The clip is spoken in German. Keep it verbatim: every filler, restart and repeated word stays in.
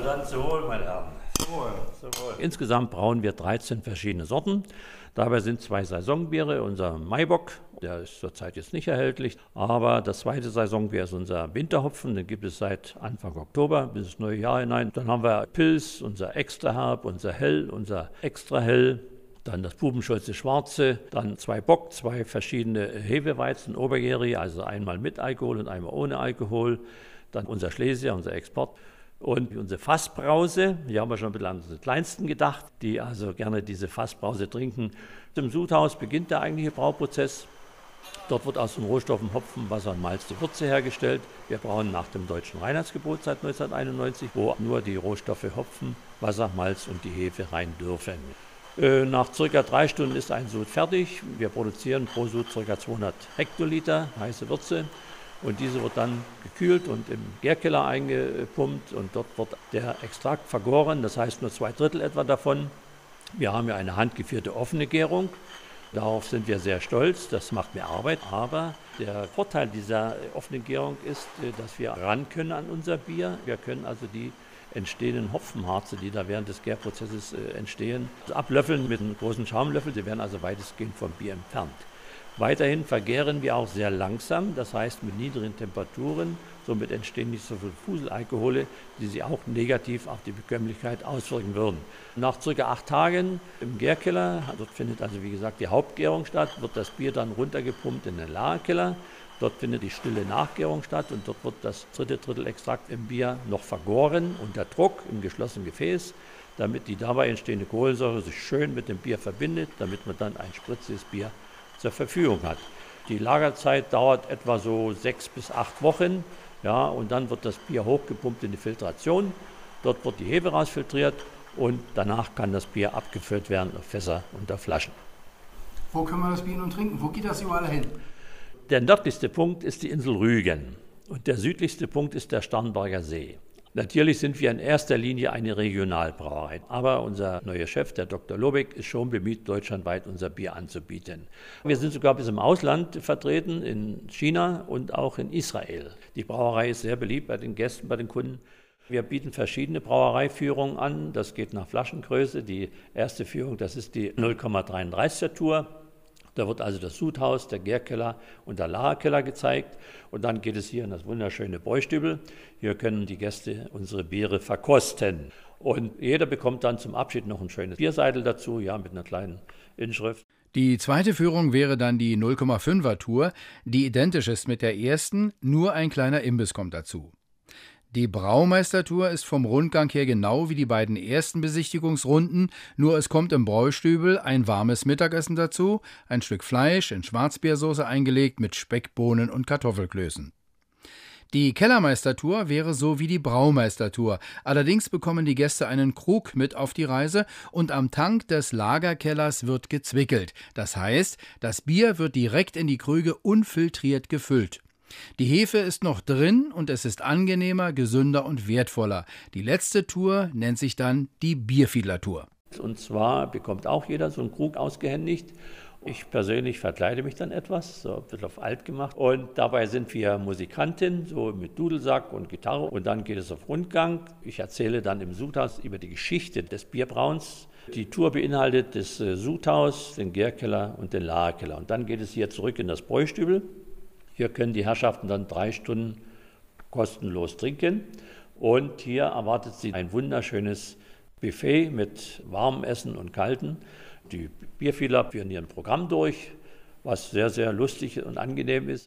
dann zu Wohl, meine Herren. Zu Wohl. Zu Wohl. Insgesamt brauen wir dreizehn verschiedene Sorten. Dabei sind zwei Saisonbiere, unser Maibock, der ist zurzeit jetzt nicht erhältlich, aber das zweite Saisonbier ist unser Winterhopfen, den gibt es seit Anfang Oktober bis ins neue Jahr hinein. Dann haben wir Pils, unser Extraherb, unser Hell, unser Extrahell. Dann das Bubenscholze Schwarze, dann zwei Bock, zwei verschiedene Hefeweizen, Oberjährige, also einmal mit Alkohol und einmal ohne Alkohol. Dann unser Schlesier, unser Export. Und unsere Fassbrause, hier haben wir schon ein bisschen an unsere Kleinsten gedacht, die also gerne diese Fassbrause trinken. Im Sudhaus beginnt der eigentliche Brauprozess. Dort wird aus den Rohstoffen Hopfen, Wasser und Malz die Würze hergestellt. Wir brauen nach dem deutschen Reinheitsgebot seit neunzehnhunderteinundneunzig, wo nur die Rohstoffe Hopfen, Wasser, Malz und die Hefe rein dürfen. Nach circa drei Stunden ist ein Sud fertig. Wir produzieren pro Sud ca. zweihundert Hektoliter heiße Würze. Und diese wird dann gekühlt und im Gärkeller eingepumpt und dort wird der Extrakt vergoren, das heißt nur zwei Drittel etwa davon. Wir haben ja eine handgeführte offene Gärung, darauf sind wir sehr stolz, das macht mehr Arbeit. Aber der Vorteil dieser offenen Gärung ist, dass wir ran können an unser Bier. Wir können also die entstehenden Hopfenharze, die da während des Gärprozesses entstehen, ablöffeln mit einem großen Schaumlöffel, sie werden also weitestgehend vom Bier entfernt. Weiterhin vergären wir auch sehr langsam, das heißt mit niedrigen Temperaturen. Somit entstehen nicht so viele Fuselalkohole, die sich auch negativ auf die Bekömmlichkeit auswirken würden. Nach ca. acht Tagen im Gärkeller, dort findet also wie gesagt die Hauptgärung statt, wird das Bier dann runtergepumpt in den Lagerkeller. Dort findet die stille Nachgärung statt und dort wird das dritte Drittel Extrakt im Bier noch vergoren unter Druck im geschlossenen Gefäß, damit die dabei entstehende Kohlensäure sich schön mit dem Bier verbindet, damit man dann ein spritziges Bier zur Verfügung hat. Die Lagerzeit dauert etwa so sechs bis acht Wochen, ja, und dann wird das Bier hochgepumpt in die Filtration. Dort wird die Hefe rausfiltriert und danach kann das Bier abgefüllt werden auf Fässer und auf Flaschen. Wo können wir das Bier nun trinken? Wo geht das überall hin? Der nördlichste Punkt ist die Insel Rügen und der südlichste Punkt ist der Starnberger See. Natürlich sind wir in erster Linie eine Regionalbrauerei, aber unser neuer Chef, der Doktor Lobeck, ist schon bemüht, deutschlandweit unser Bier anzubieten. Wir sind sogar bis im Ausland vertreten, in China und auch in Israel. Die Brauerei ist sehr beliebt bei den Gästen, bei den Kunden. Wir bieten verschiedene Brauereiführungen an, das geht nach Flaschengröße. Die erste Führung, das ist die null Komma dreiunddreißiger Tour. Da wird also das Sudhaus, der Gärkeller und der Lagerkeller gezeigt. Und dann geht es hier in das wunderschöne Bräustübel. Hier können die Gäste unsere Biere verkosten. Und jeder bekommt dann zum Abschied noch ein schönes Bierseidel dazu, ja, mit einer kleinen Inschrift. Die zweite Führung wäre dann die null Komma fünfer Tour, die identisch ist mit der ersten, nur ein kleiner Imbiss kommt dazu. Die Braumeistertour ist vom Rundgang her genau wie die beiden ersten Besichtigungsrunden, nur es kommt im Bräustübel ein warmes Mittagessen dazu, ein Stück Fleisch in Schwarzbeersoße eingelegt mit Speck, Bohnen und Kartoffelklößen. Die Kellermeistertour wäre so wie die Braumeistertour, allerdings bekommen die Gäste einen Krug mit auf die Reise und am Tank des Lagerkellers wird gezwickelt. Das heißt, das Bier wird direkt in die Krüge unfiltriert gefüllt. Die Hefe ist noch drin und es ist angenehmer, gesünder und wertvoller. Die letzte Tour nennt sich dann die Bierfiedler-Tour. Und zwar bekommt auch jeder so einen Krug ausgehändigt. Ich persönlich verkleide mich dann etwas, so ein bisschen auf alt gemacht. Und dabei sind wir Musikanten, so mit Dudelsack und Gitarre. Und dann geht es auf Rundgang. Ich erzähle dann im Sudhaus über die Geschichte des Bierbrauens. Die Tour beinhaltet das Sudhaus, den Gärkeller und den Lagerkeller. Und dann geht es hier zurück in das Bräustübel. Hier können die Herrschaften dann drei Stunden kostenlos trinken. Und hier erwartet sie ein wunderschönes Buffet mit warmem Essen und kalten. Die Bierfiedler führen hier ein Programm durch, was sehr, sehr lustig und angenehm ist.